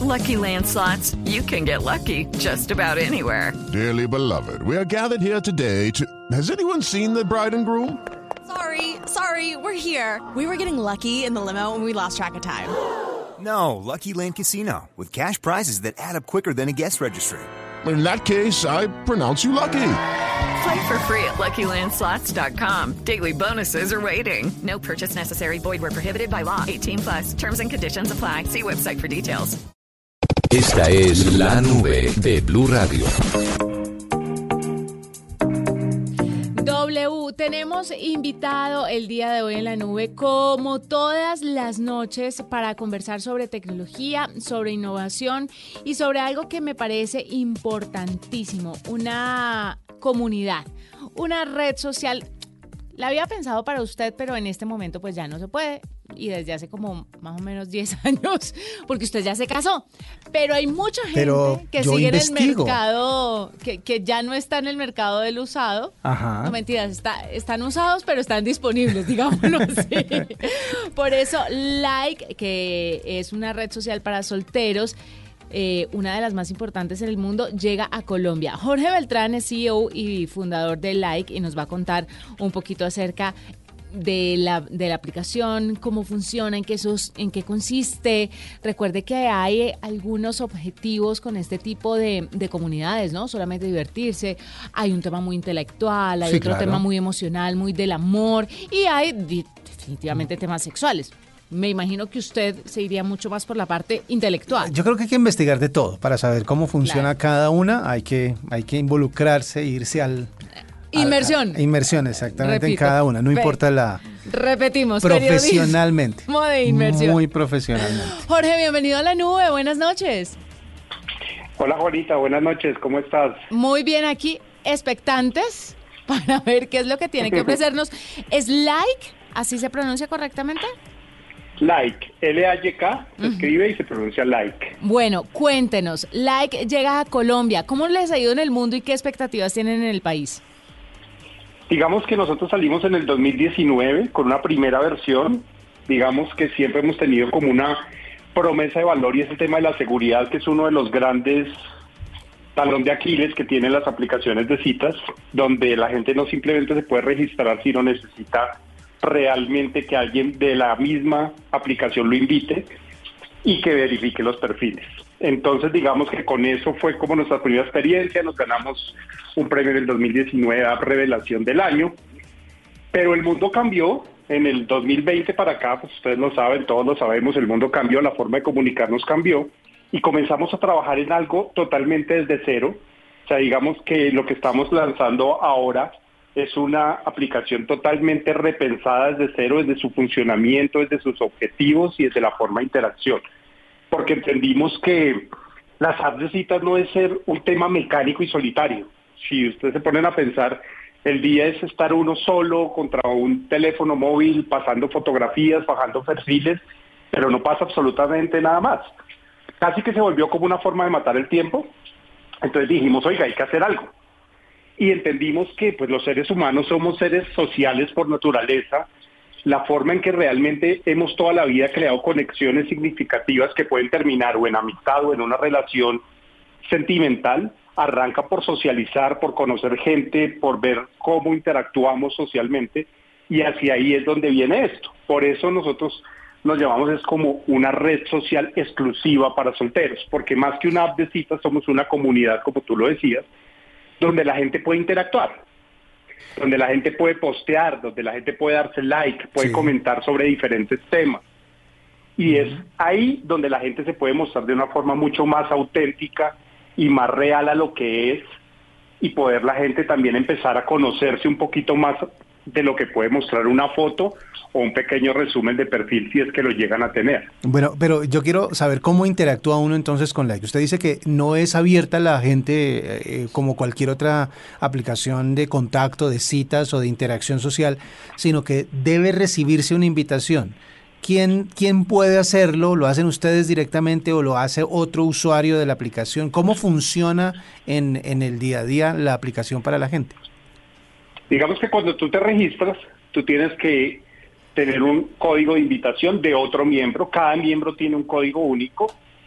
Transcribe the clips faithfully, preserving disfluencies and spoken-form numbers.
Lucky Land Slots, you can get lucky just about anywhere. Dearly beloved, we are gathered here today to... Has anyone seen the bride and groom? Sorry, sorry, we're here. We were getting lucky in the limo and we lost track of time. No, Lucky Land Casino, with cash prizes that add up quicker than a guest registry. In that case, I pronounce you lucky. Play for free at Lucky Land Slots dot com. Daily bonuses are waiting. No purchase necessary. Void where prohibited by law. eighteen plus. Terms and conditions apply. See website for details. Esta es La Nube de Blue Radio. W, tenemos invitado el día de hoy en La Nube, como todas las noches, para conversar sobre tecnología, sobre innovación y sobre algo que me parece importantísimo, una comunidad, una red social. La había pensado para usted, pero en este momento pues ya no se puede, y desde hace como más o menos diez años, porque usted ya se casó. Pero hay mucha gente pero que sigue investigo. en el mercado, que, que ya no está en el mercado del usado. Ajá. No, mentiras, está, están usados, pero están disponibles, digámoslo así. Por eso, Like, que es una red social para solteros, Eh, una de las más importantes en el mundo, llega a Colombia. Jorge Beltrán es C E O y fundador de Like y nos va a contar un poquito acerca de la, de la aplicación, cómo funciona, en qué, sus, en qué consiste. Recuerde que hay algunos objetivos con este tipo de, de comunidades, ¿no? Solamente divertirse. Hay un tema muy intelectual, hay sí, otro claro. tema muy emocional, muy del amor, y hay definitivamente temas sexuales. Me imagino que usted se iría mucho más por la parte intelectual. Yo creo que hay que investigar de todo para saber cómo funciona Claro. cada una. Hay que, hay que involucrarse, irse al... Inmersión. A, a, inmersión, exactamente. Repito. En cada una, no Pe- importa la... Repetimos. Profesionalmente. Periodismo de inmersión. Muy profesionalmente. Jorge, bienvenido a La Nube. Buenas noches. Hola Juanita, buenas noches, ¿cómo estás? Muy bien, aquí expectantes para ver qué es lo que tiene que ofrecernos. ¿Es Like? ¿Así se pronuncia correctamente? Like, L A Y K, se uh-huh. escribe y se pronuncia Like. Bueno, cuéntenos, Like llega a Colombia. ¿Cómo les ha ido en el mundo y qué expectativas tienen en el país? Digamos que nosotros salimos en el dos mil diecinueve con una primera versión. Digamos que siempre hemos tenido como una promesa de valor y es el tema de la seguridad, que es uno de los grandes talón de Aquiles que tienen las aplicaciones de citas, donde la gente no simplemente se puede registrar, sino necesita realmente que alguien de la misma aplicación lo invite y que verifique los perfiles. Entonces, digamos que con eso fue como nuestra primera experiencia. Nos ganamos un premio en el dos mil diecinueve a Revelación del Año, pero el mundo cambió en el dos mil veinte para acá, pues ustedes lo saben, todos lo sabemos, el mundo cambió, la forma de comunicarnos cambió y comenzamos a trabajar en algo totalmente desde cero. O sea, digamos que lo que estamos lanzando ahora es una aplicación totalmente repensada desde cero, desde su funcionamiento, desde sus objetivos y desde la forma de interacción. Porque entendimos que las apps de citas no es ser un tema mecánico y solitario. Si ustedes se ponen a pensar, el día es estar uno solo contra un teléfono móvil, pasando fotografías, bajando perfiles, pero no pasa absolutamente nada más. Casi que se volvió como una forma de matar el tiempo. Entonces dijimos, oiga, hay que hacer algo. Y entendimos que pues los seres humanos somos seres sociales por naturaleza. La forma en que realmente hemos toda la vida creado conexiones significativas que pueden terminar o en amistad o en una relación sentimental, arranca por socializar, por conocer gente, por ver cómo interactuamos socialmente, y hacia ahí es donde viene esto. Por eso nosotros nos llamamos es como una red social exclusiva para solteros, porque más que una app de citas somos una comunidad, como tú lo decías, donde la gente puede interactuar, donde la gente puede postear, donde la gente puede darse like, puede sí. comentar sobre diferentes temas. Y uh-huh. es ahí donde la gente se puede mostrar de una forma mucho más auténtica y más real a lo que es, y poder la gente también empezar a conocerse un poquito más de lo que puede mostrar una foto o un pequeño resumen de perfil si es que lo llegan a tener. Bueno, pero yo quiero saber cómo interactúa uno entonces con Like. Usted dice que no es abierta a la gente eh, como cualquier otra aplicación de contacto, de citas o de interacción social, sino que debe recibirse una invitación. ¿Quién, quién puede hacerlo? ¿Lo hacen ustedes directamente o lo hace otro usuario de la aplicación? ¿Cómo funciona en, en el día a día la aplicación para la gente? Digamos que cuando tú te registras, tú tienes que tener un código de invitación de otro miembro. Cada miembro tiene un código único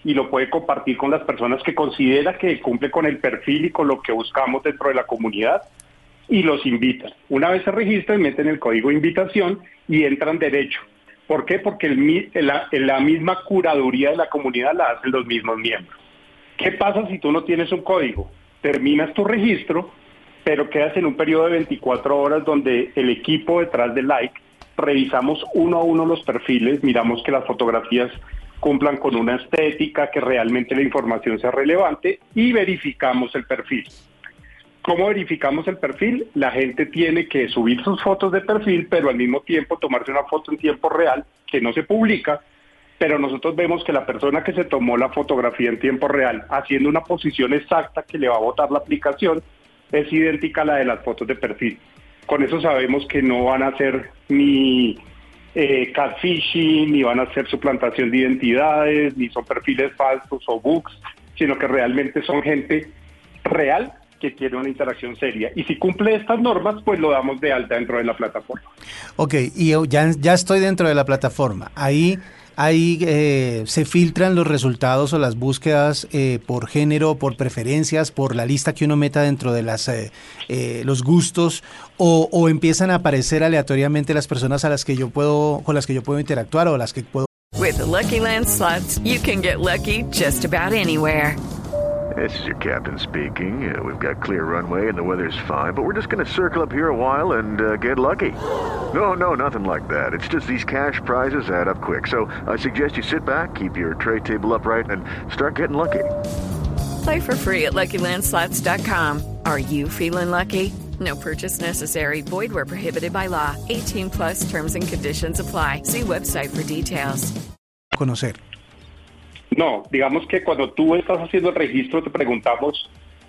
y lo puede compartir con las personas que considera que cumple con el perfil y con lo que buscamos dentro de la comunidad, y los invitan. Una vez se registran, meten el código de invitación y entran derecho. ¿Por qué? Porque el, la, la misma curaduría de la comunidad la hacen los mismos miembros. ¿Qué pasa si tú no tienes un código? Terminas tu registro, pero quedas en un periodo de veinticuatro horas donde el equipo detrás del like revisamos uno a uno los perfiles, miramos que las fotografías cumplan con una estética, que realmente la información sea relevante, y verificamos el perfil. ¿Cómo verificamos el perfil? La gente tiene que subir sus fotos de perfil, pero al mismo tiempo tomarse una foto en tiempo real, que no se publica, pero nosotros vemos que la persona que se tomó la fotografía en tiempo real, haciendo una posición exacta que le va a botar la aplicación, es idéntica a la de las fotos de perfil. Con eso sabemos que no van a hacer ni eh, catfishing, ni van a hacer suplantación de identidades, ni son perfiles falsos o bugs, sino que realmente son gente real que quiere una interacción seria. Y si cumple estas normas, pues lo damos de alta dentro de la plataforma. Ok, y ya, ya estoy dentro de la plataforma. Ahí, ahí eh, se filtran los resultados o las búsquedas eh, por género, por preferencias, por la lista que uno meta dentro de las eh, eh, los gustos, o, o empiezan a aparecer aleatoriamente las personas a las que yo puedo, con las que yo puedo interactuar o las que puedo. With the Lucky Land Slots, you can get lucky just about anywhere. This is your captain speaking. Uh, we've got clear runway and the weather's fine, but we're just going to circle up here a while and uh, get lucky. No, no, nothing like that. It's just these cash prizes add up quick. So I suggest you sit back, keep your tray table upright, and start getting lucky. Play for free at Lucky Land Slots dot com. Are you feeling lucky? No purchase necessary. Void where prohibited by law. eighteen plus terms and conditions apply. See website for details. Conocer. No, digamos que cuando tú estás haciendo el registro te preguntamos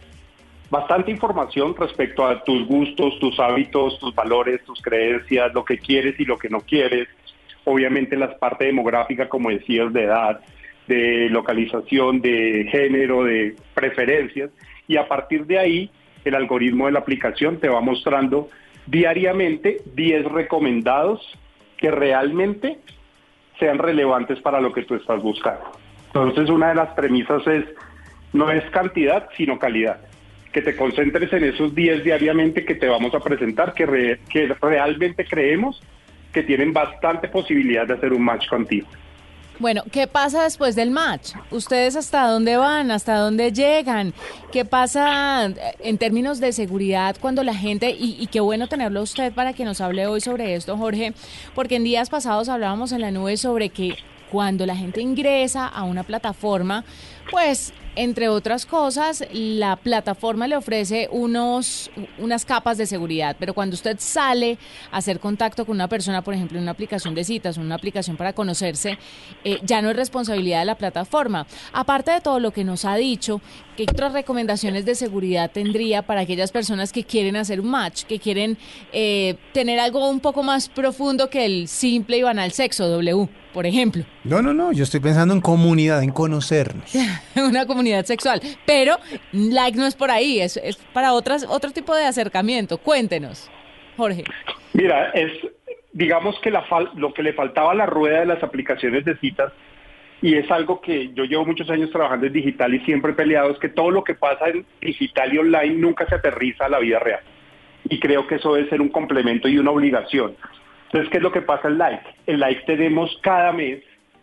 bastante información respecto a tus gustos, tus hábitos, tus valores, tus creencias, lo que quieres y lo que no quieres. Obviamente la parte demográfica, como decías, de edad, de localización, de género, de preferencias. Y a partir de ahí, el algoritmo de la aplicación te va mostrando diariamente diez recomendados que realmente sean relevantes para lo que tú estás buscando. Entonces, una de las premisas es, no es cantidad, sino calidad. Que te concentres en esos diez diariamente que te vamos a presentar, que, re, que realmente creemos que tienen bastante posibilidad de hacer un match contigo. Bueno, ¿qué pasa después del match? ¿Ustedes hasta dónde van? ¿Hasta dónde llegan? ¿Qué pasa en términos de seguridad cuando la gente, y, y qué bueno tenerlo a usted para que nos hable hoy sobre esto, Jorge, porque en días pasados hablábamos en la nube sobre que cuando la gente ingresa a una plataforma, pues, entre otras cosas, la plataforma le ofrece unos, unas capas de seguridad, pero cuando usted sale a hacer contacto con una persona, por ejemplo, en una aplicación de citas, una aplicación para conocerse, eh, ya no es responsabilidad de la plataforma. Aparte de todo lo que nos ha dicho, ¿qué otras recomendaciones de seguridad tendría para aquellas personas que quieren hacer un match, que quieren eh, tener algo un poco más profundo que el simple y banal sexo, W, por ejemplo? No, no, no, yo estoy pensando en comunidad, en conocernos. Una comunidad sexual, pero like no es por ahí, es, es para otras otro tipo de acercamiento. Cuéntenos, Jorge. Mira, es digamos que la fal- lo que le faltaba a la rueda de las aplicaciones de citas, y es algo que yo llevo muchos años trabajando en digital y siempre he peleado, es que todo lo que pasa en digital y online nunca se aterriza a la vida real. Y creo que eso debe ser un complemento y una obligación. Entonces, ¿qué es lo que pasa en Like? En Like tenemos cada mes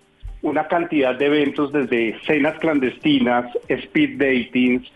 una cantidad de eventos, desde cenas clandestinas, speed datings,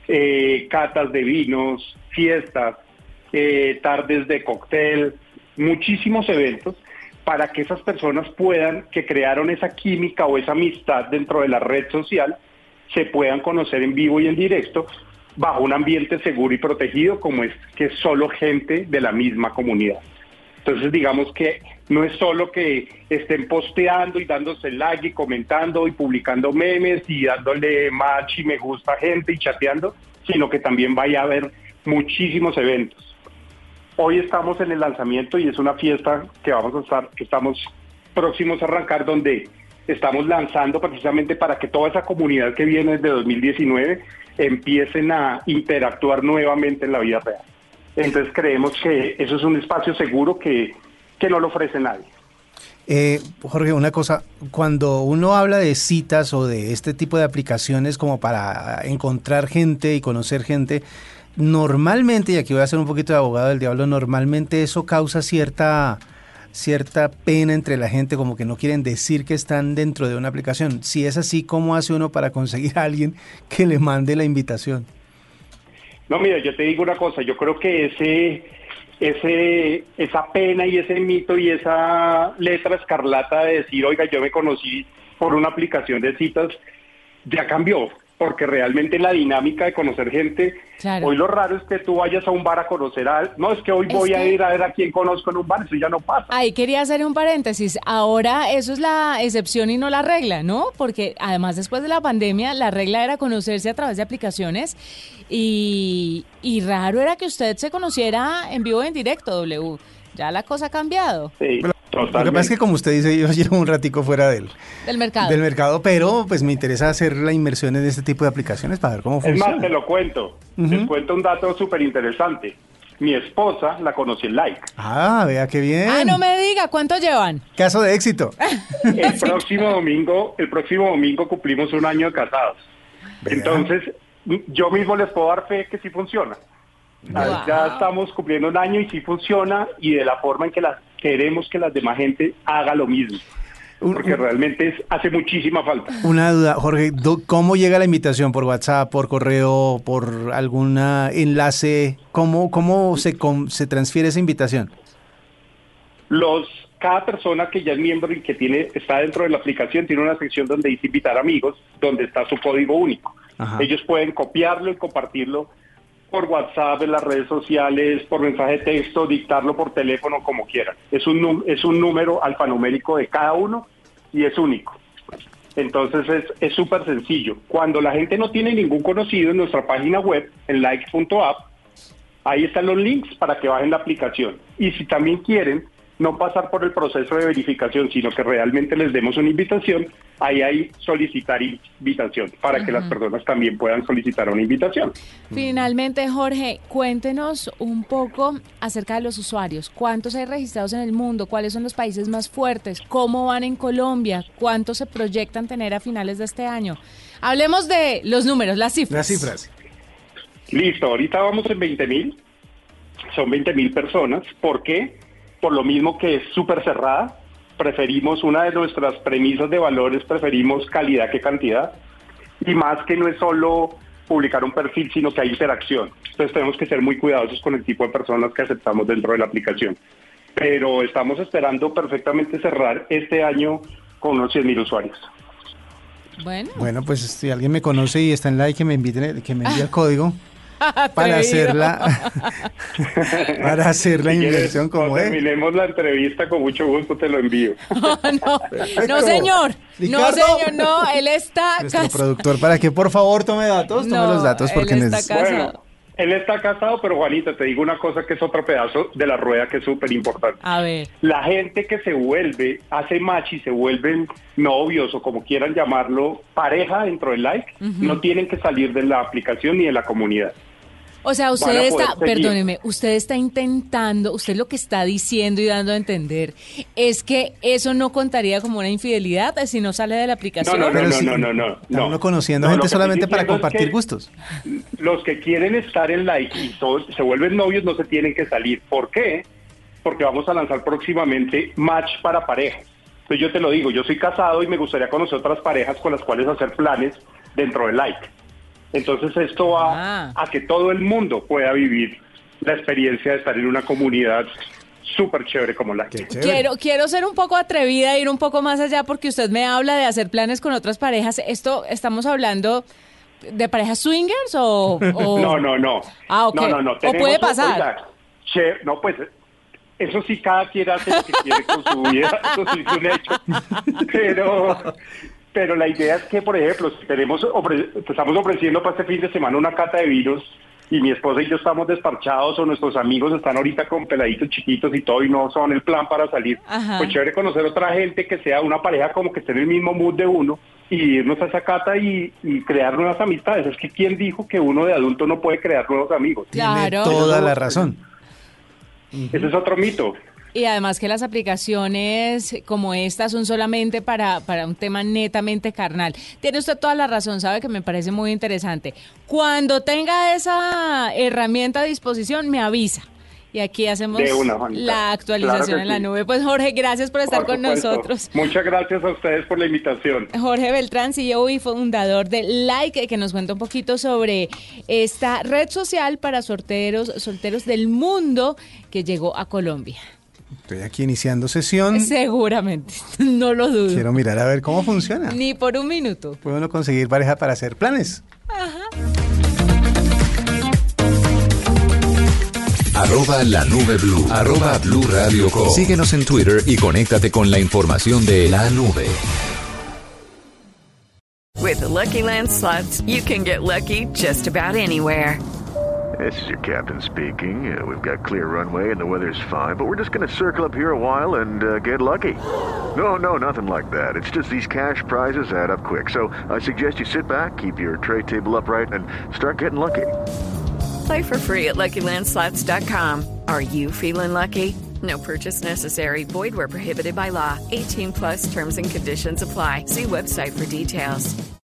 eh, catas de vinos, fiestas, eh, tardes de cóctel, muchísimos eventos para que esas personas puedan, que crearon esa química o esa amistad dentro de la red social, se puedan conocer en vivo y en directo bajo un ambiente seguro y protegido, como es que es solo gente de la misma comunidad. Entonces, digamos que no es solo que estén posteando y dándose like y comentando y publicando memes y dándole match y me gusta a gente y chateando, sino que también vaya a haber muchísimos eventos. Hoy estamos en el lanzamiento y es una fiesta que vamos a estar, que estamos próximos a arrancar, donde estamos lanzando precisamente para que toda esa comunidad que viene desde dos mil diecinueve empiecen a interactuar nuevamente en la vida real. Entonces creemos que eso es un espacio seguro que, que no lo ofrece nadie. Eh, Jorge, una cosa, cuando uno habla de citas o de este tipo de aplicaciones como para encontrar gente y conocer gente, normalmente, y aquí voy a ser un poquito de abogado del diablo, normalmente eso causa cierta, cierta pena entre la gente, como que no quieren decir que están dentro de una aplicación. Si es así, ¿cómo hace uno para conseguir a alguien que le mande la invitación? No, mira, yo te digo una cosa, yo creo que ese... ese esa pena y ese mito y esa letra escarlata de decir, oiga, yo me conocí por una aplicación de citas, ya cambió, porque realmente la dinámica de conocer gente, claro. Hoy lo raro es que tú vayas a un bar a conocer a... No, es que hoy voy es que... a ir a ver a quién conozco en un bar, eso ya no pasa. Ahí quería hacer un paréntesis, ahora eso es la excepción y no la regla, ¿no? Porque además después de la pandemia, la regla era conocerse a través de aplicaciones y, y raro era que usted se conociera en vivo o en directo, W. Ya la cosa ha cambiado. Sí. Totalmente. Lo que pasa es que, como usted dice, yo llevo un ratico fuera del, del mercado. Del mercado, pero pues me interesa hacer la inmersión en este tipo de aplicaciones para ver cómo funciona. Es más, te lo cuento. Uh-huh. Les cuento un dato súper interesante. Mi esposa la conocí en Like. Ah, vea qué bien. Ah, no me diga, ¿cuánto llevan? Caso de éxito. El próximo domingo, el próximo domingo cumplimos un año de casados. Vea. Entonces, yo mismo les puedo dar fe que sí funciona. Wow. Ya estamos cumpliendo un año y sí funciona, y de la forma en que las queremos que la demás gente haga lo mismo, porque realmente es, hace muchísima falta. Una duda, Jorge, ¿cómo llega la invitación? ¿Por WhatsApp, por correo, por algún enlace? ¿Cómo, cómo se, com, se transfiere esa invitación? Los Cada persona que ya es miembro y que tiene está dentro de la aplicación tiene una sección donde dice invitar amigos, donde está su código único. Ajá. Ellos pueden copiarlo y compartirlo por WhatsApp, en las redes sociales, por mensaje de texto, dictarlo por teléfono, como quieran. Es un, es un número alfanumérico de cada uno y es único. Entonces es súper sencillo. Cuando la gente no tiene ningún conocido, en nuestra página web, en like punto app, ahí están los links para que bajen la aplicación. Y si también quieren no pasar por el proceso de verificación, sino que realmente les demos una invitación, ahí hay solicitar invitación, para uh-huh. que las personas también puedan solicitar una invitación. Finalmente, Jorge, cuéntenos un poco acerca de los usuarios. ¿Cuántos hay registrados en el mundo? ¿Cuáles son los países más fuertes? ¿Cómo van en Colombia? ¿Cuántos se proyectan tener a finales de este año? Hablemos de los números, las cifras. Las cifras. Listo, ahorita vamos en veinte mil. Son veinte mil personas. ¿Por qué? Por lo mismo que es súper cerrada, preferimos, una de nuestras premisas de valores, preferimos calidad que cantidad, y más que no es solo publicar un perfil, sino que hay interacción. Entonces tenemos que ser muy cuidadosos con el tipo de personas que aceptamos dentro de la aplicación. Pero estamos esperando perfectamente cerrar este año con unos cien mil usuarios. Bueno. Bueno, pues si alguien me conoce y está en like, que me invite, que me envíe el código. para hacer la para hacer la si inversión quieres, como es. Terminemos la entrevista, con mucho gusto te lo envío. Oh, no, no señor, Ricardo, no señor, no, él está nuestro cas- productor, para que por favor tome datos, tome no, los datos porque él está necesito. Bueno, él está casado, pero Juanita, te digo una cosa que es otro pedazo de la rueda que es súper importante. A ver. La gente que se vuelve, hace match y se vuelven novios o como quieran llamarlo, pareja dentro del like, uh-huh. no tienen que salir de la aplicación ni de la comunidad. O sea, usted está, perdóneme, usted está intentando, usted lo que está diciendo y dando a entender es que eso no contaría como una infidelidad si no sale de la aplicación. No, no, no, si no, no, no, no. Uno conociendo no, gente solamente para compartir gustos. Los que quieren estar en like y todos se vuelven novios no se tienen que salir. ¿Por qué? Porque vamos a lanzar próximamente match para parejas. Entonces yo te lo digo, yo soy casado y me gustaría conocer otras parejas con las cuales hacer planes dentro del like. Entonces esto va ah. a que todo el mundo pueda vivir la experiencia de estar en una comunidad súper chévere como la que. Quiero, quiero ser un poco atrevida, ir un poco más allá, porque usted me habla de hacer planes con otras parejas. ¿Esto estamos hablando de parejas swingers o...? o... No, no, no. Ah, ok. No, no, no. Tenemos, o puede pasar. Oiga, che, no, pues... Eso sí, cada quien hace lo que quiere con su vida. Eso sí es un hecho. Pero... Pero la idea es que, por ejemplo, si tenemos ofre- estamos ofreciendo para este fin de semana una cata de vinos y mi esposa y yo estamos desparchados o nuestros amigos están ahorita con peladitos chiquitos y todo y no son el plan para salir, Ajá. pues chévere conocer otra gente que sea una pareja como que esté en el mismo mood de uno y irnos a esa cata y, y crear nuevas amistades. Es que ¿quién dijo que uno de adulto no puede crear nuevos amigos? Claro. Tiene toda la razón. Ese es otro mito. Y además que las aplicaciones como esta son solamente para, para un tema netamente carnal. Tiene usted toda la razón, sabe que me parece muy interesante. Cuando tenga esa herramienta a disposición, me avisa. Y aquí hacemos una, la actualización claro en la sí. nube. Pues Jorge, gracias por estar por con supuesto. nosotros. Muchas gracias a ustedes por la invitación. Jorge Beltrán, C E O y fundador de Like, que nos cuenta un poquito sobre esta red social para solteros, solteros del mundo que llegó a Colombia. Estoy aquí iniciando sesión. Seguramente, no lo dudo. Quiero mirar a ver cómo funciona. Ni por un minuto. ¿Puede uno conseguir pareja para hacer planes? Ajá. Arroba la nube blue. Arroba Blue Radio Co. Síguenos en Twitter y conéctate con la información de la nube. With the Lucky Land Slots, you can get lucky just about anywhere. This is your captain speaking. Uh, we've got clear runway and the weather's fine, but we're just going to circle up here a while and uh, get lucky. No, no, nothing like that. It's just these cash prizes add up quick. So I suggest you sit back, keep your tray table upright, and start getting lucky. Play for free at Lucky Land Slots dot com. Are you feeling lucky? No purchase necessary. Void where prohibited by law. eighteen plus terms and conditions apply. See website for details.